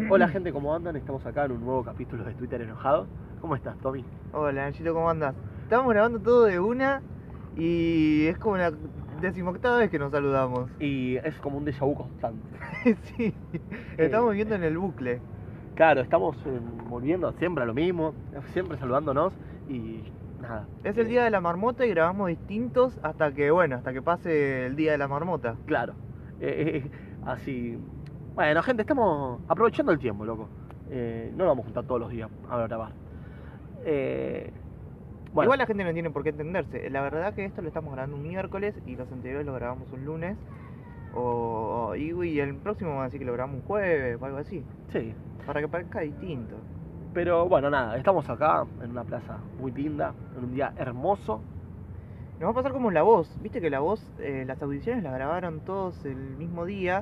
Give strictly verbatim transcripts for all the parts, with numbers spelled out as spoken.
Hola gente, ¿cómo andan? Estamos acá en un nuevo capítulo de Twitter Enojado. ¿Cómo estás, Tommy? Hola, Nachito, ¿cómo andas? Estamos grabando todo de una y es como la decimoctava vez que nos saludamos. Y es como un déjà vu constante. Sí, estamos viviendo en el bucle. Claro, estamos eh, volviendo siempre a lo mismo, siempre saludándonos y nada. Es el eh, día de la marmota y grabamos distintos hasta que, bueno, hasta que pase el día de la marmota. Claro, eh, eh, así... Bueno, gente, estamos aprovechando el tiempo, loco. Eh, no nos vamos a juntar todos los días a grabar. Eh, bueno. Igual la gente no tiene por qué entenderse. La verdad que esto lo estamos grabando un miércoles y los anteriores lo grabamos un lunes. O, y, y el próximo vamos a decir que lo grabamos un jueves o algo así. Sí. Para que parezca distinto. Pero bueno, nada, estamos acá en una plaza muy linda, en un día hermoso. Nos va a pasar como La Voz. Viste que La Voz, eh, las audiciones las grabaron todos el mismo día.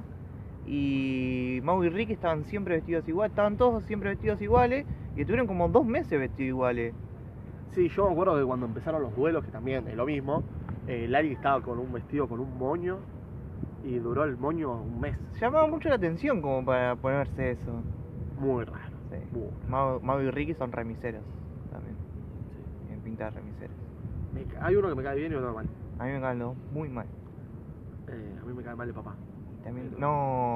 Y Mau y Ricky estaban siempre vestidos igual. Estaban todos siempre vestidos iguales. Y estuvieron como dos meses vestidos iguales. Sí, yo me acuerdo que cuando empezaron los duelos, que también es lo mismo, eh, Lali estaba con un vestido con un moño. Y duró el moño un mes. Llamaba mucho la atención como para ponerse eso. Muy raro. Sí. Muy. Mau, Mau y Ricky son remiseros también. Sí. En pinta de remiseros. Me ca- hay uno que me cae bien y otro mal. A mí me caen los dos muy mal. Eh, a mí me cae mal el papá. También, Pero-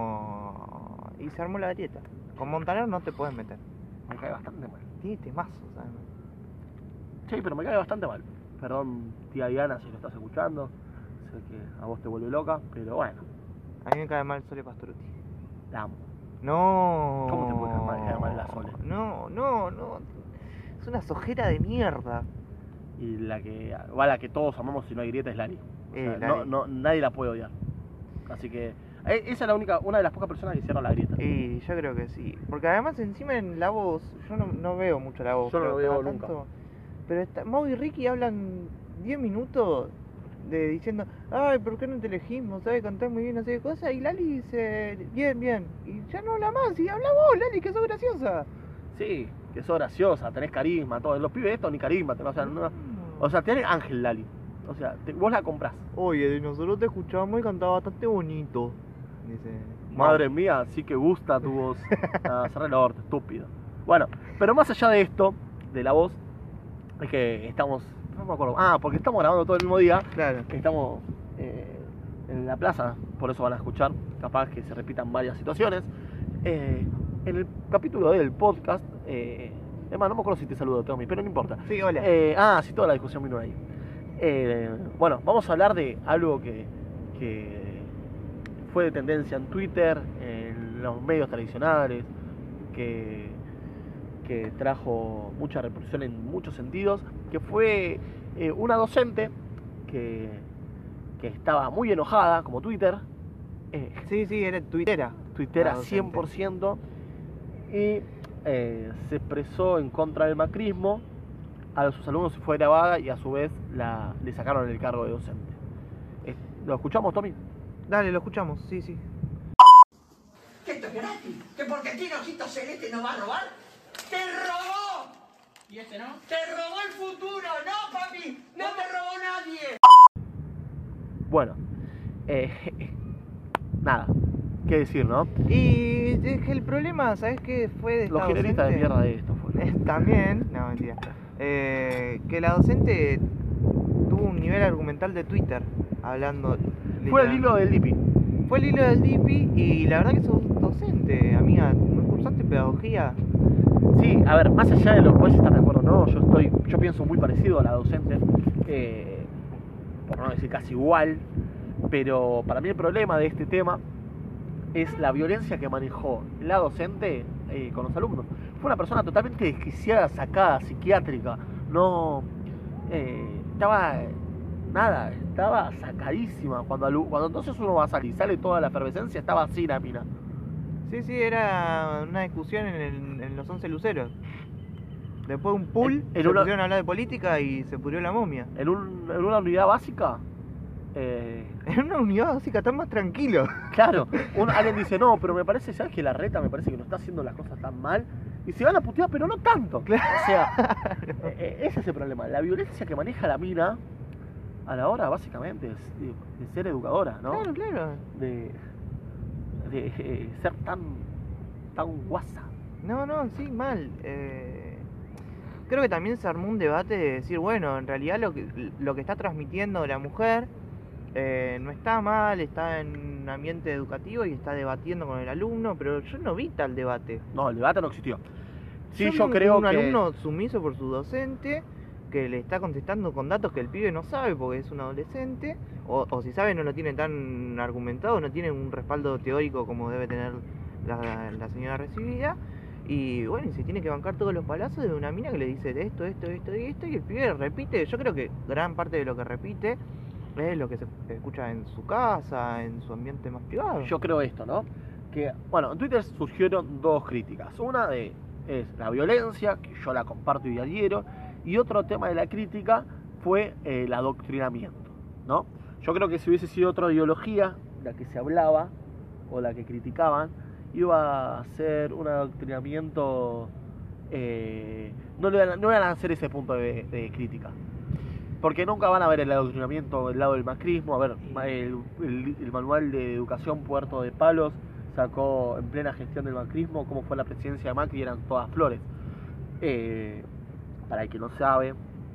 no. Y se armó la grieta. Con Montaner no te puedes meter. Me cae bastante mal. Tiene temazos, ¿sabes? Sí, pero me cae bastante mal. Perdón, tía Diana, si lo estás escuchando. Sé que a vos te vuelve loca, pero bueno, A mí me cae mal Sole Pastoruti. la amo. No. ¿Cómo te puede caer mal- caer mal la Sole? No, no, no. Es una sojera de mierda. Y la que, va la que todos amamos si no hay grieta es Lali. O sea, Eh, no, Lali. no, nadie la puede odiar. Así que eh, esa es la única, una de las pocas personas que hicieron la grieta. Y yo creo que sí. Porque además encima en La Voz, yo no, no veo mucho La Voz. Yo no pero lo veo cada nunca. Pero está, Mau y Ricky hablan diez minutos de diciendo, ay, ¿por qué no te elegimos? ¿Sabes? Cantás muy bien, no sé qué cosa. Y Lali dice, bien, bien. Y ya no habla más. Y habla vos, Lali, que sos graciosa. Sí, que sos graciosa, tenés carisma, todo. Los pibes estos ni carisma, tenés, o sea, no, o sea, tenés Ángel Lali. O sea, te- vos la comprás. Oye, nosotros te escuchamos y cantaba bastante bonito. Dice, Madre mía, sí que gusta tu voz. Ah, cerrá el orto, estúpido. Bueno, pero más allá de esto, de la voz, es que estamos, no me acuerdo, ah, porque estamos grabando todo el mismo día. Claro. Estamos eh, en la plaza, por eso van a escuchar, capaz que se repitan varias situaciones. Eh, en el capítulo del podcast, eh, es más, no me acuerdo si te saludo, Tommy, pero no importa. Sí, hola. Eh, ah, sí, toda la discusión vino ahí. Eh, bueno, vamos a hablar de algo que, que fue de tendencia en Twitter, en los medios tradicionales, que, que trajo mucha repercusión en muchos sentidos, que fue eh, una docente que, que estaba muy enojada, como Twitter, eh, Sí, sí, era tuitera. tuitera La docente. cien por ciento, y eh, se expresó en contra del macrismo. A sus alumnos se fue grabada y a su vez la, le sacaron el cargo de docente. Eh, ¿Lo escuchamos, Tommy? Dale, lo escuchamos, sí, sí. Que esto es gratis, que porque tiene ojitos celeste no va a robar. ¡Te robó! ¿Y este no? ¡Te robó el futuro! ¡No, papi! ¡No te robó nadie! Bueno, eh, nada, qué decir, ¿no? Y es que el problema, ¿sabes qué fue de esta Los gireristas de docente? mierda de esto fue. Eh, También, no, mentira. Eh, que la docente tuvo un nivel argumental de Twitter, hablando... Fue el literal- hilo del Lipi. Fue el hilo del D P y la verdad que sos docente, amiga. ¿No cursaste pedagogía? Sí, a ver, más allá de lo que puedes estar de acuerdo, no, yo estoy, yo pienso muy parecido a la docente, eh, por no decir casi igual, pero para mí el problema de este tema es la violencia que manejó la docente eh, con los alumnos. Fue una persona totalmente desquiciada, sacada, psiquiátrica, no, eh, estaba, nada, estaba sacadísima. Cuando, alu- cuando entonces uno va a salir, sale toda la efervescencia, estaba así la mina. Sí, sí, era una discusión en, el- en los once luceros. Después de un pool, En- en se una- pusieron a hablar de política y se pudrió la momia. En, un- en una unidad básica, eh, En una unidad básica tan más tranquilo. claro, un- alguien dice, no, pero me parece, ¿sabes que la reta me parece que no está haciendo las cosas tan mal? Y se van a putear, pero no tanto. Claro. O sea, eh, eh, ese es el problema. La violencia que maneja la mina a la hora, básicamente, es de, de ser educadora, ¿no? Claro, claro. De, de eh, ser tan está un WhatsApp. No, no, sí, mal. Eh, creo que también se armó un debate de decir, bueno, en realidad lo que, lo que está transmitiendo la mujer eh, no está mal, está en un ambiente educativo y está debatiendo con el alumno, pero yo no vi tal debate. No, el debate no existió. Sí, Yo yo vi creo un que... alumno sumiso por su docente que le está contestando con datos que el pibe no sabe porque es un adolescente, o, o si sabe no lo tiene tan argumentado, no tiene un respaldo teórico como debe tener la, la señora recibida, y bueno, y se tiene que bancar todos los palazos de una mina que le dice de esto, esto, esto y esto, y el pibe repite. Yo creo que gran parte de lo que repite es lo que se escucha en su casa, en su ambiente más privado. Yo creo esto, ¿no? Que, bueno, en Twitter surgieron dos críticas. Una de es la violencia, que yo la comparto y adhiero, y otro tema de la crítica fue eh, el adoctrinamiento, ¿no? Yo creo que si hubiese sido otra ideología, la que se hablaba, o la que criticaban, iba a ser un adoctrinamiento, eh, no, le, no iban a hacer ese punto de, de crítica. Porque nunca van a ver el adoctrinamiento del lado del macrismo. A ver, el, el, el manual de educación Puerto de Palos sacó en plena gestión del macrismo cómo fue la presidencia de Macri, eran todas flores. Eh, para el que no sabe,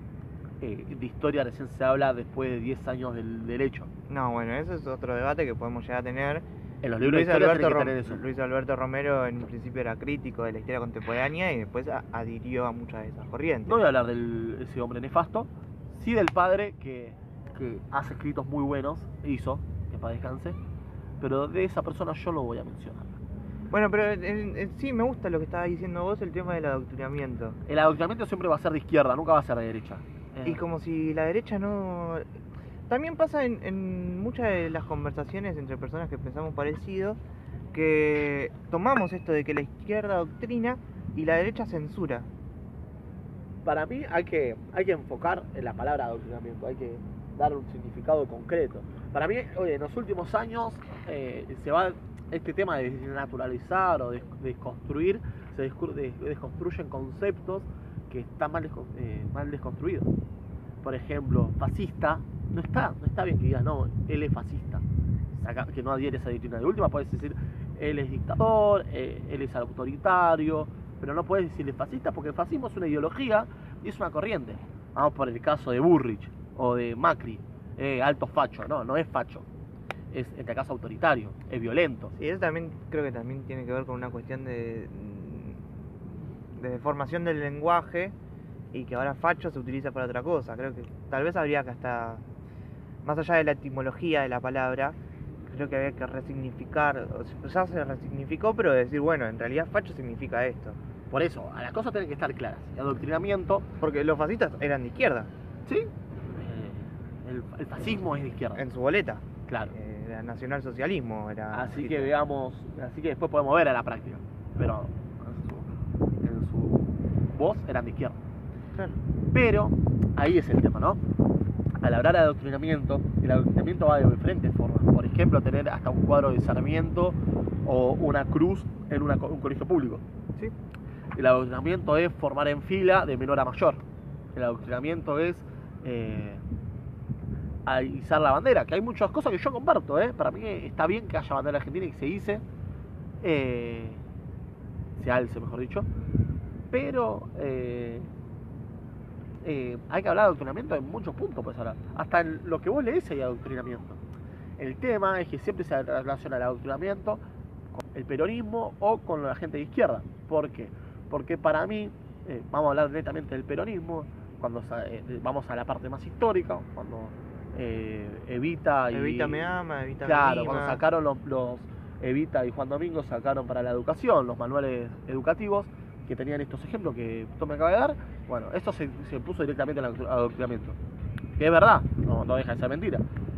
eh, de historia recién se habla después de diez años del derecho. No, bueno, eso es otro debate que podemos llegar a tener. En los libros Luis de historia Alberto, tiene que Rom- tener eso. Luis Alberto Romero en un principio era crítico de la historia contemporánea y después a- adhirió a muchas de esas corrientes. No voy a hablar de ese hombre nefasto, sí del padre que, que hace escritos muy buenos, hizo, que para descanse, pero de esa persona yo no voy a mencionar. Bueno, pero en- en- sí me gusta lo que estabas diciendo vos, el tema del adoctrinamiento. El adoctrinamiento siempre va a ser de izquierda, nunca va a ser de derecha. Eh, Y como si la derecha no... También pasa en, en muchas de las conversaciones entre personas que pensamos parecido, que tomamos esto de que la izquierda adoctrina y la derecha censura. Para mí hay que, hay que enfocar en la palabra adoctrinamiento, hay que dar un significado concreto. Para mí, oye, en los últimos años eh, se va este tema de desnaturalizar o de desconstruir, se descru- de- desconstruyen conceptos que están mal, descon- eh, mal desconstruidos. Por ejemplo, fascista, no está, no está bien que digas, no, él es fascista, Saca- que no adhiere a esa doctrina. De última puedes decir, él es dictador, eh, él es autoritario, pero no puedes decirle fascista porque el fascismo es una ideología y es una corriente. Vamos por el caso de Burrich o de Macri, eh, alto facho, no, no es facho, es en este caso autoritario, es violento. Y eso también creo que también tiene que ver con una cuestión de, de deformación del lenguaje y que ahora facho se utiliza para otra cosa. Creo que tal vez habría que hasta, más allá de la etimología de la palabra, creo que había que resignificar, o sea, ya se resignificó, pero decir, bueno, en realidad facho significa esto. Por eso, las cosas tienen que estar claras. El adoctrinamiento, Porque los fascistas eran de izquierda, sí, eh, el, el fascismo es de izquierda, en su boleta. claro. Eh, Era nacionalsocialismo, era... Así que veamos, así que después podemos ver a la práctica. Pero en su, en su voz eran de izquierda. Claro. Pero ahí es el tema, ¿no? Al hablar de adoctrinamiento, el adoctrinamiento va de diferentes formas. Por ejemplo, tener hasta un cuadro de Sarmiento o una cruz en una co- un colegio público. Sí. El adoctrinamiento es formar en fila de menor a mayor. El adoctrinamiento es eh, a izar la bandera, que hay muchas cosas que yo comparto, ¿eh? Para mí está bien que haya bandera argentina y que se ice, eh, se alce, mejor dicho, pero eh, eh, hay que hablar de adoctrinamiento en muchos puntos, pues hablar. Hasta en lo que vos lees hay adoctrinamiento. El tema es que siempre se relaciona el adoctrinamiento con el peronismo o con la gente de izquierda. ¿Por qué? Porque para mí, eh, vamos a hablar netamente del peronismo, cuando sa- eh, vamos a la parte más histórica, cuando eh, Evita y... Evita me ama, Evita Claro, me cuando mima. sacaron los, los Evita y Juan Domingo sacaron para la educación los manuales educativos que tenían estos ejemplos que tú me acabas de dar. Bueno, esto se, se puso directamente en el adoctrinamiento, que es verdad, no, no deja de ser mentira,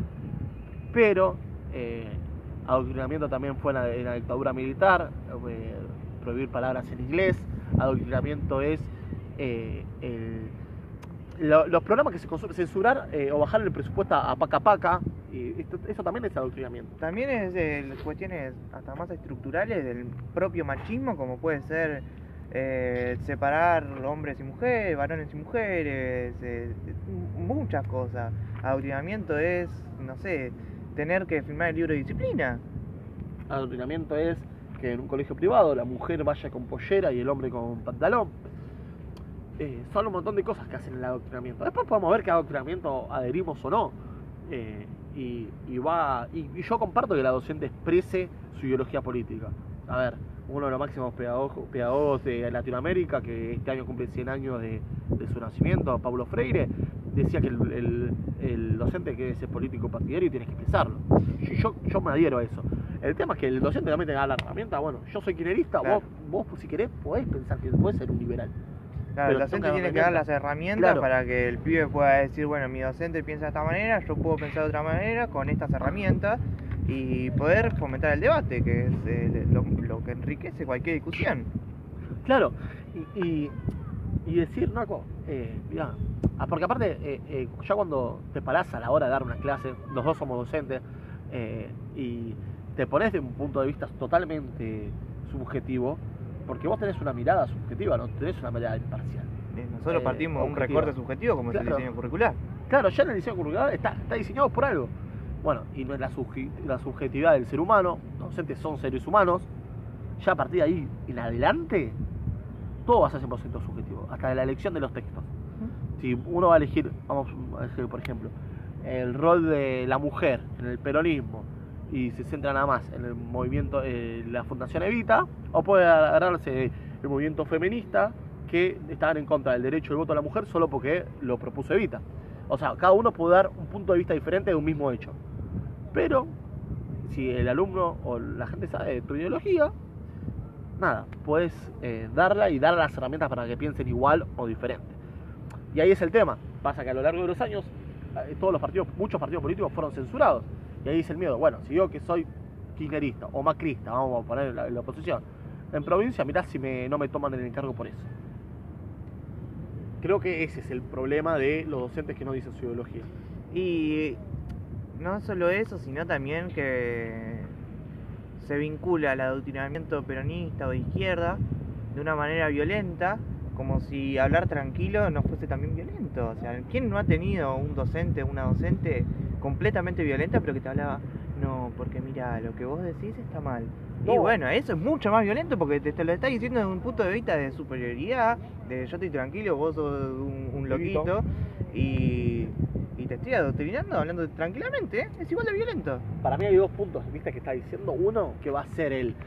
pero eh, adoctrinamiento también fue en la, en la dictadura militar, eh, prohibir palabras en inglés. Adoctrinamiento es eh, el Lo, los programas que se consumen, censurar eh, o bajar el presupuesto a paca paca, y esto, eso también es adoctrinamiento. También es de cuestiones hasta más estructurales del propio machismo, como puede ser eh, separar hombres y mujeres, varones y mujeres, eh, muchas cosas. Adoctrinamiento es, no sé, tener que firmar el libro de disciplina. Adoctrinamiento es que en un colegio privado la mujer vaya con pollera y el hombre con pantalón. Eh, son un montón de cosas que hacen el adoctrinamiento. Después podemos ver qué adoctrinamiento adherimos o no. Eh, y, y va y, y yo comparto que la docente exprese su ideología política. A ver, uno de los máximos pedagogos, pedagogos de Latinoamérica, que este año cumple cien años de, de su nacimiento, Paulo Freire, decía que el, el, el docente que es político partidario tiene que expresarlo. Y yo, yo me adhiero a eso. El tema es que el docente también te da la herramienta. Bueno, yo soy kirchnerista, claro. vos, vos si querés podés pensar que podés ser un liberal. Claro, el docente tiene que dar las herramientas claro. para que el pibe pueda decir, bueno, mi docente piensa de esta manera, yo puedo pensar de otra manera con estas herramientas y poder fomentar el debate, que es eh, lo, lo que enriquece cualquier discusión. Claro, y, y, y decir, Naco, eh, mirá, ah, porque aparte, eh, eh, ya cuando te parás a la hora de dar una clase, los dos somos docentes, eh, y te pones de un punto de vista totalmente subjetivo, porque vos tenés una mirada subjetiva, no tenés una mirada imparcial. Nosotros Eh, partimos de un objetiva. recorte subjetivo como Claro. es el diseño curricular. Claro, ya en el diseño curricular está, está diseñado por algo. Bueno, y no es la, subje- la subjetividad del ser humano, los docentes son seres humanos, ya a partir de ahí en adelante, todo va a ser cien por ciento subjetivo, hasta de la elección de los textos. Si uno va a elegir, vamos a elegir por ejemplo, el rol de la mujer en el peronismo y se centra nada más en el movimiento, eh, la Fundación Evita, o puede agarrarse el movimiento feminista que estaban en contra del derecho del voto a la mujer solo porque lo propuso Evita. O sea, cada uno puede dar un punto de vista diferente de un mismo hecho. Pero, si el alumno o la gente sabe de tu ideología, nada, puedes eh, darla y dar las herramientas para que piensen igual o diferente. Y ahí es el tema. Pasa que a lo largo de los años, eh, todos los partidos, muchos partidos políticos fueron censurados. Y ahí es el miedo. Bueno, si yo que soy kirchnerista o macrista, vamos a poner la, la oposición, en provincia, mirá si me, no me toman el encargo por eso. Creo que ese es el problema de los docentes que no dicen su ideología. Y no solo eso, sino también que se vincula al adoctrinamiento peronista o de izquierda de una manera violenta, como si hablar tranquilo no fuese también violento. O sea, ¿quién no ha tenido un docente o una docente completamente violenta pero que te hablaba, no, porque mira, lo que vos decís está mal? No. Y bueno, eso es mucho más violento porque te, te lo está diciendo desde un punto de vista de superioridad, de yo estoy tranquilo, vos sos un, un loquito, y, y te estoy adoctrinando hablando tranquilamente, ¿eh? Es igual de violento. Para mí hay dos puntos de vista que está diciendo. Uno, que va a ser el...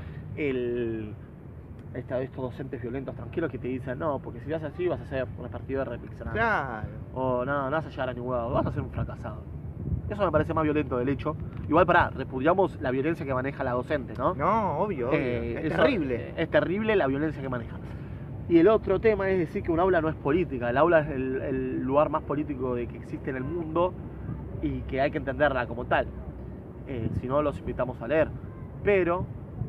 el esta- estos docentes violentos tranquilos que te dicen, no, porque si vas así vas a ser un partido de reflexionar. Claro. O no, no vas a llegar a ningún lado, vas a ser un fracasado. Eso me parece más violento del hecho. Igual pará, repudiamos la violencia que maneja la docente, ¿no? No, obvio, obvio. Eh, es eso- terrible. Es terrible la violencia que maneja. Y el otro tema es decir que un aula no es política. El aula es el, el lugar más político de que existe en el mundo y que hay que entenderla como tal. Eh, si no, los invitamos a leer. Pero,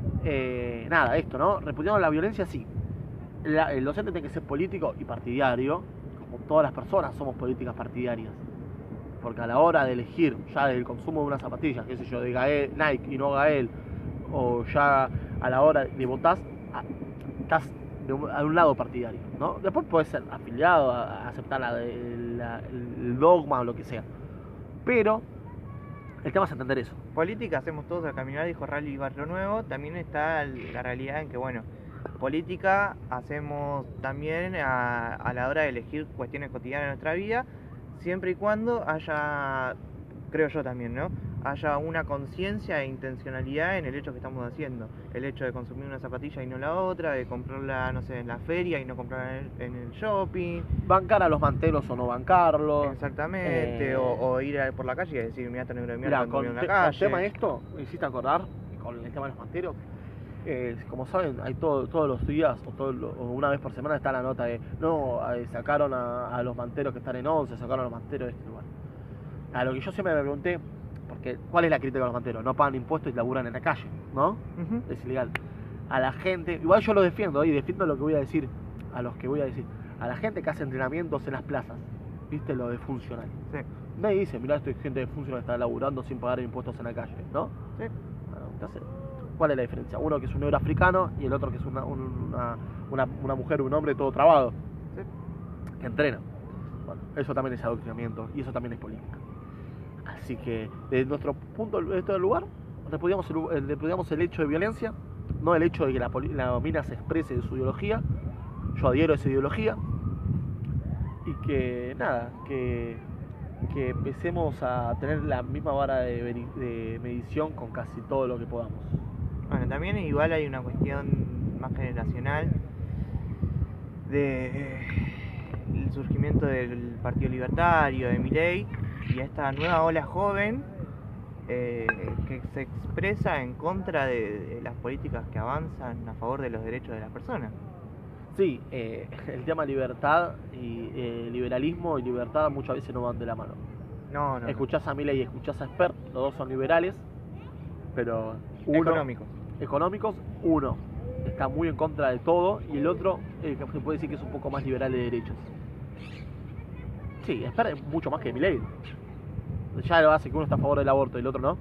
eh, nada, esto, ¿no? Repudiamos la violencia, sí. La- el docente tiene que ser político y partidario, como todas las personas somos políticas partidarias. Porque a la hora de elegir ya del consumo de unas zapatillas, qué sé yo, de Gael, Nike y no Gael, o ya a la hora de votar, a- estás de un, a un lado partidario, ¿no? Después puedes ser afiliado, a, a aceptar la, la- el dogma o lo que sea. Pero el tema es entender eso. Política hacemos todos al caminar, dijo Rally Barrio Nuevo. También está el- la realidad en que, bueno, política hacemos también a, a la hora de elegir cuestiones cotidianas de nuestra vida, siempre y cuando haya, creo yo también, ¿no? Haya una conciencia e intencionalidad en el hecho que estamos haciendo. El hecho de consumir una zapatilla y no la otra, de comprarla, no sé, en la feria y no comprarla en el, en el shopping. Bancar a los manteros o no bancarlos. Exactamente, Eh, o, o ir a- por la calle y decir, mira, este negro de mierda Mira, que con, comió en la te- calle. con el tema de esto, me hiciste acordar, con el tema de los manteros, eh, como saben, hay todo, todos los días, o, todo lo- o una vez por semana está la nota de, no, eh, sacaron a, a los manteros que están en once, sacaron a los manteros de este lugar. A lo que yo siempre me pregunté, porque ¿cuál es la crítica de los manteros? No pagan impuestos y laburan en la calle, ¿no? Ujú. Es ilegal. A la gente, igual yo lo defiendo, y defiendo lo que voy a decir, a los que voy a decir, a la gente que hace entrenamientos en las plazas, ¿viste? Lo de funcional. Sí, Nadie dice, mirá, esto es gente de funcional que está laburando sin pagar impuestos en la calle, ¿no? sí. Bueno, entonces, ¿cuál es la diferencia? Uno que es un negro africano y el otro que es una, un- una, una, una mujer, un hombre todo trabado, Sí. que entrena. Bueno, eso también es adoctrinamiento y eso también es política. Así que, desde nuestro punto de vista del lugar, repudiamos el, el- repudiamos el hecho de violencia no el hecho de que la, la mina se exprese de su ideología. Yo adhiero a esa ideología. Y que nada, que, que empecemos a tener la misma vara de, de medición con casi todo lo que podamos. Bueno, también igual hay una cuestión más generacional de eh, el surgimiento del Partido Libertario, de Milei, y esta nueva ola joven eh, que se expresa en contra de, de las políticas que avanzan a favor de los derechos de las personas. Sí, eh, el tema libertad y eh, liberalismo y libertad muchas veces no van de la mano. No, no. Escuchás a Milei y escuchás a Spert, los dos son liberales, pero uno... Económicos. Económicos, uno está muy en contra de todo y el otro eh, se puede decir que es un poco más liberal de derechos. Sí, Spert es mucho más que Milei. Ya lo hace que uno está a favor del aborto y el otro no.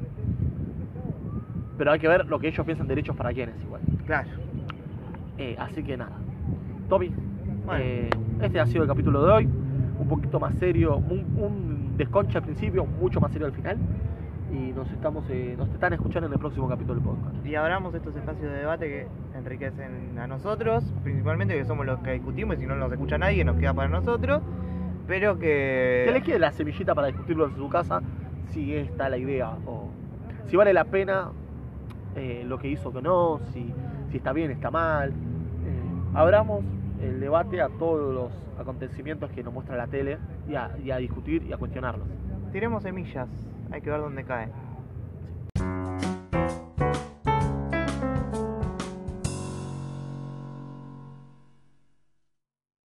Pero hay que ver lo que ellos piensan derechos para quienes igual. Claro. Eh, así que nada. Tommy, Bueno. eh, este ha sido el capítulo de hoy. Un poquito más serio, un, un desconche al principio, mucho más serio al final. Y nos estamos eh, nos están escuchando en el próximo capítulo del podcast. Y abramos estos espacios de debate que enriquecen a nosotros, principalmente que somos los que discutimos y si no nos escucha nadie nos queda para nosotros, pero que... Que les quede la semillita para discutirlo en su casa, si está la idea, o si vale la pena eh, lo que hizo o que no, si, si está bien, está mal. Eh, abramos el debate a todos los acontecimientos que nos muestra la tele y a, y a discutir y a cuestionarlos. Tiremos semillas, hay que ver dónde caen.